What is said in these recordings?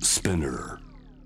Spinner。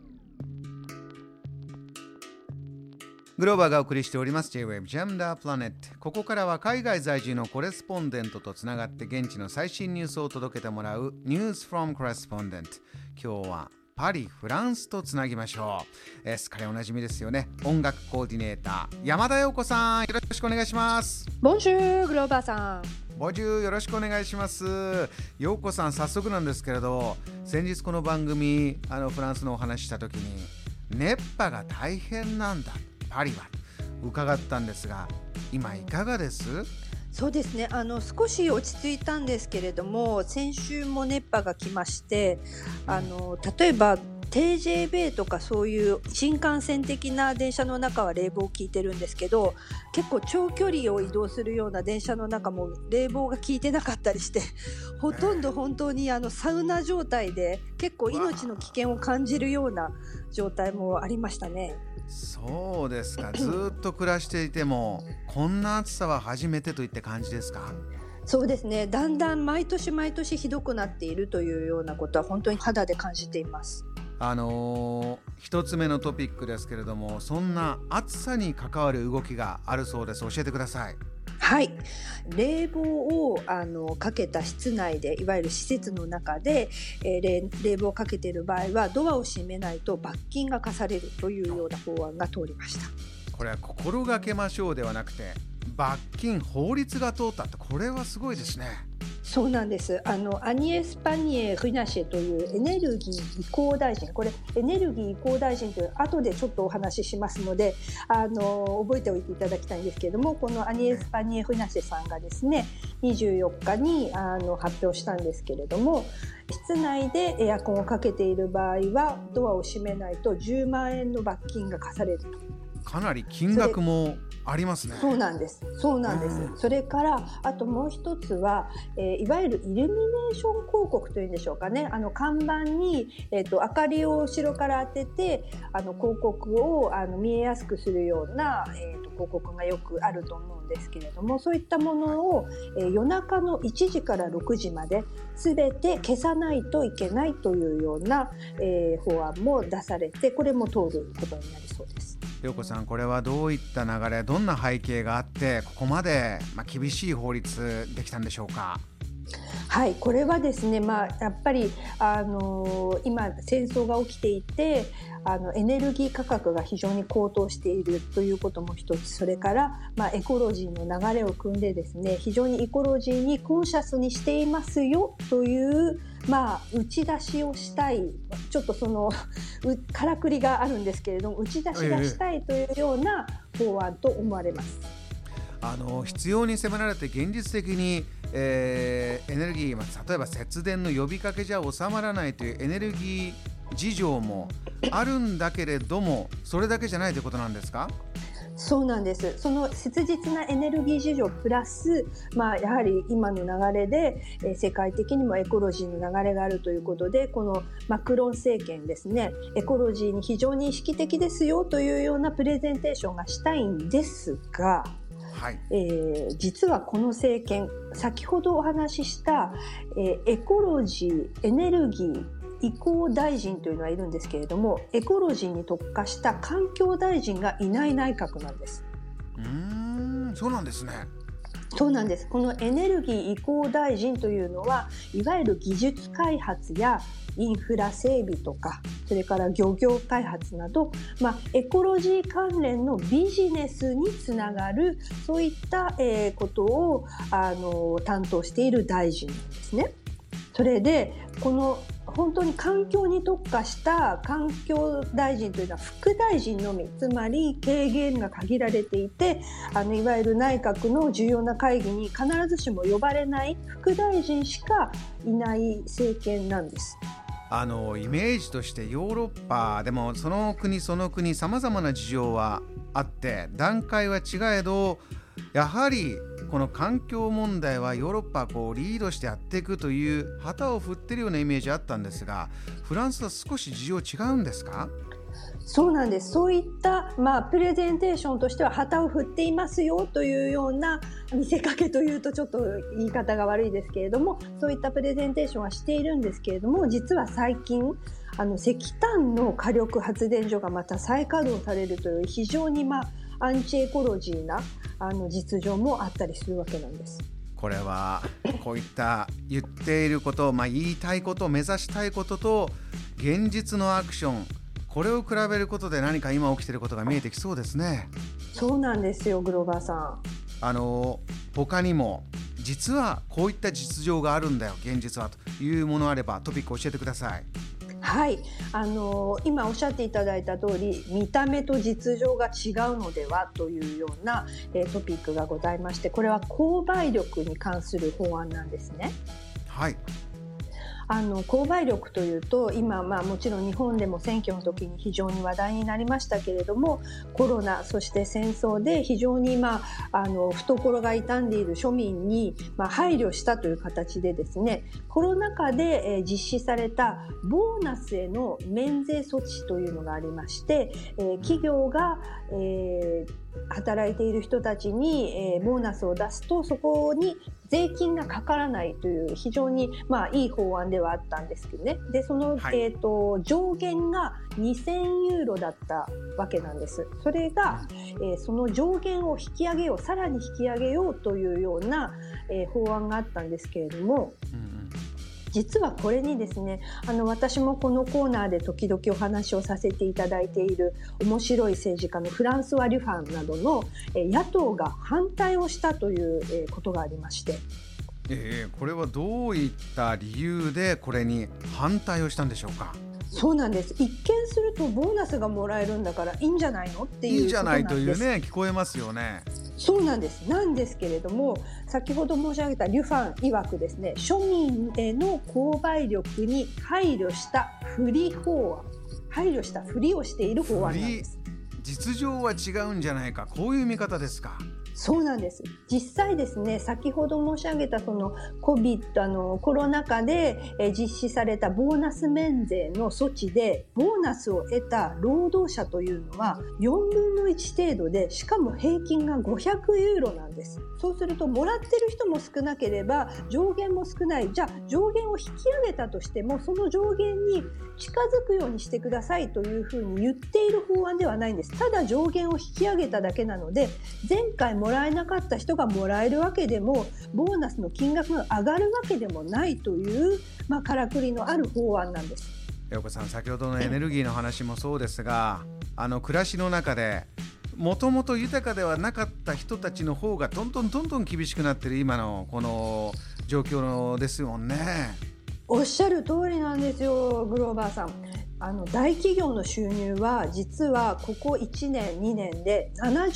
グローバーがお送りしております J-Wave Jam the Planet。 ここからは海外在住のコレスポンデントとつながって現地の最新ニュースを届けてもらう News from Correspondent。 今日はパリ、フランスとつなぎましょう。すっかりおなじみですよね。音楽コーディネーター山田陽子さん、よろしくお願いします。 ボンジューグローバーさん。 ボンジュー、よろしくお願いします。陽子さん、早速なんですけれど、先日この番組フランスのお話した時に熱波が大変なんだパリは伺ったんですが、今いかがです？ そうですね、少し落ち着いたんですけれども、先週も熱波が来まして、例えばTGV とかそういう新幹線的な電車の中は冷房効いてるんですけど、結構長距離を移動するような電車の中も冷房が効いてなかったりして、ほとんど本当にサウナ状態で結構命の危険を感じるような状態もありましたね。 そうですか。ずっと暮らしていてもこんな暑さは初めてといって感じですか？ そうですね、だんだん毎年毎年ひどくなっているというようなことは本当に肌で感じています。 一つ目のトピックですけれども、そんな暑さに関わる動きがあるそうです。教えてください。 はい、冷房をかけた室内で、いわゆる施設の中で、冷房をかけている場合はドアを閉めないと罰金が課されるというような法案が通りました。 これは心がけましょうではなくて罰金、法律が通ったって、これはすごいですね。 そうなんです。アニエス・パニエ・フィナシェというエネルギー移行大臣、これエネルギー移行大臣という後でちょっとお話ししますので覚えておいていただきたいんですけれども、このアニエス・パニエ・フィナシェさんがですね、24日に発表したんですけれども、室内でエアコンをかけている場合はドアを閉めないと10万円の罰金が課されると。 かなり金額もありますね。 そうなんです。それからあともう一つは、いわゆるイルミネーション広告というんでしょうかね、看板に、明かりを後ろから当てて広告を見えやすくするような、広告がよくあると思うんですけれども、そういったものを、夜中の1時から6時まで全て消さないといけないというような、法案も出されて、これも通ることになりそうです。 陽子さん、これはどういった流れ、どんな背景があってここまで、厳しい法律できたんでしょうか？ はい、これはですね、やっぱり今戦争が起きていてエネルギー価格が非常に高騰しているということも一つ、それからエコロジーの流れを組んでですね、非常にエコロジーにコンシャスにしていますよという打ち出しをしたい、ちょっとそのからくりがあるんですけれども、打ち出しがしたいというような法案と思われます。 必要に迫られて現実的に、エネルギー、例えば節電の呼びかけじゃ収まらないというエネルギー事情もあるんだけれども、それだけじゃないということなんですか？ そうなんです。その切実なエネルギー事情プラス、やはり今の流れで、世界的にもエコロジーの流れがあるということで、このマクロン政権ですね、エコロジーに非常に意識的ですよというようなプレゼンテーションがしたいんですが、 はい、 実はこの政権、先ほどお話しした、エコロジー、エネルギー移行大臣というのはいるんですけれども、エコロジーに特化した環境大臣がいない内閣なんです。 そうなんですね。 そうなんです。このエネルギー移行大臣というのは、いわゆる技術開発やインフラ整備とか、それから漁業開発など、エコロジー関連のビジネスにつながる、そういった、ことを担当している大臣なんですね。それでこの本当に環境に特化した環境大臣というのは副大臣のみ、つまり軽減が限られていて、いわゆる内閣の重要な会議に必ずしも呼ばれない副大臣しかいない政権なんです。 イメージとしてヨーロッパでもその国その国さまざまな事情はあって段階は違えど、やはりこの環境問題はヨーロッパはリードしてやっていくという旗を振ってるようなイメージあったんですが、フランスは少し事情違うんですか？ そうなんです。そういった、プレゼンテーションとしては旗を振っていますよというような見せかけというとちょっと言い方が悪いですけれども、そういったプレゼンテーションはしているんですけれども、実は最近石炭の火力発電所がまた再稼働されるという非常にアンチエコロジーな実情もあったりするわけなんです。 これはこういった言っていること、言いたいこと、目指したいことと現実のアクション、これを比べることで何か今起きていることが見えてきそうですね。 そうなんですよ、グローバーさん。 他にも実はこういった実情があるんだよ、現実はというものあればトピックを教えてください。 はい、今おっしゃっていただいた通り、見た目と実情が違うのではというような、トピックがございまして、これは購買力に関する法案なんですね。 はい。 購買力というと今、もちろん日本でも選挙の時に非常に話題になりましたけれども、コロナそして戦争で非常に、懐が傷んでいる庶民に、配慮したという形でですね、コロナ禍で、実施されたボーナスへの免税措置というのがありまして、企業が、働いている人たちに、ボーナスを出すとそこに税金がかからないという非常に、いい法案ではあったんですけどね。でその、 はい、 上限が2000ユーロだったわけなんです。それが、その上限を引き上げよう、さらに引き上げようというような、法案があったんですけれども、実はこれにですね、私もこのコーナーで時々お話をさせていただいている面白い政治家のフランスワ・リュファンなどの野党が反対をしたということがありまして、 これはどういった理由でこれに反対をしたんでしょうか。 そうなんです。一見するとボーナスがもらえるんだからいいんじゃないのっていうことなんです。いいじゃないというね、聞こえますよね。 そうなんです。なんですけれども、先ほど申し上げたリュファン曰くですね、庶民への購買力に配慮した不利法案、配慮したふりをしている法案なんです。 実情は違うんじゃないか、こういう見方ですか。 そうなんです。実際ですね、先ほど申し上げたそのコロナ禍で実施されたボーナス免税の措置でボーナスを得た労働者というのは4分の1程度で、しかも平均が500ユーロなんです。そうするともらってる人も少なければ上限も少ない。じゃあ上限を引き上げたとしてもその上限に近づくようにしてくださいというふうに言っている法案ではないんです。ただ上限を引き上げただけなので、前回もらえなかった人がもらえるわけでもボーナスの金額が上がるわけでもないという、からくりのある法案なんです。 陽子さん、先ほどのエネルギーの話もそうですが、暮らしの中でもともと豊かではなかった人たちの方がどんどん厳しくなっている今のこの状況ですもんね。 おっしゃる通りなんですよ、グローバーさん。大企業の収入は実はここ1年2年で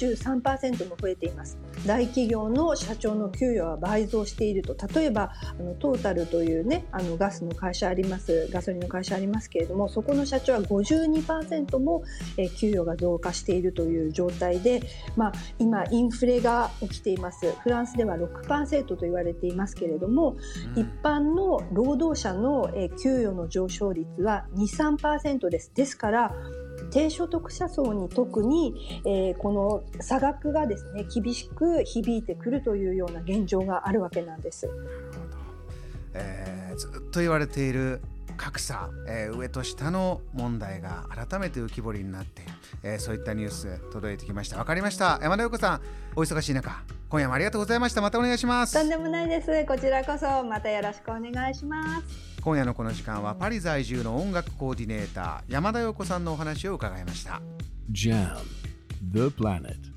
73% も増えています。大企業の社長の給与は倍増していると。例えばトータルというね、ガスの会社あります、ガソリンの会社ありますけれども、そこの社長は 52% も給与が増加しているという状態で、今インフレが起きています。フランスでは 6% と言われていますけれども、一般の労働者の給与の上昇率は 2-3% です。ですから低所得者層に特に、この差額がですね厳しく響いてくるというような現状があるわけなんです。 なるほど。ずっと言われている格差、上と下の問題が改めて浮き彫りになっている、そういったニュース届いてきました。わかりました。山田陽子さん、お忙しい中今夜もありがとうございました。またお願いします。 とんでもないです。こちらこそまたよろしくお願いします。 今夜のこの時間はパリ在住の音楽コーディネーター山田陽子さんのお話を伺いました。 JAM The Planet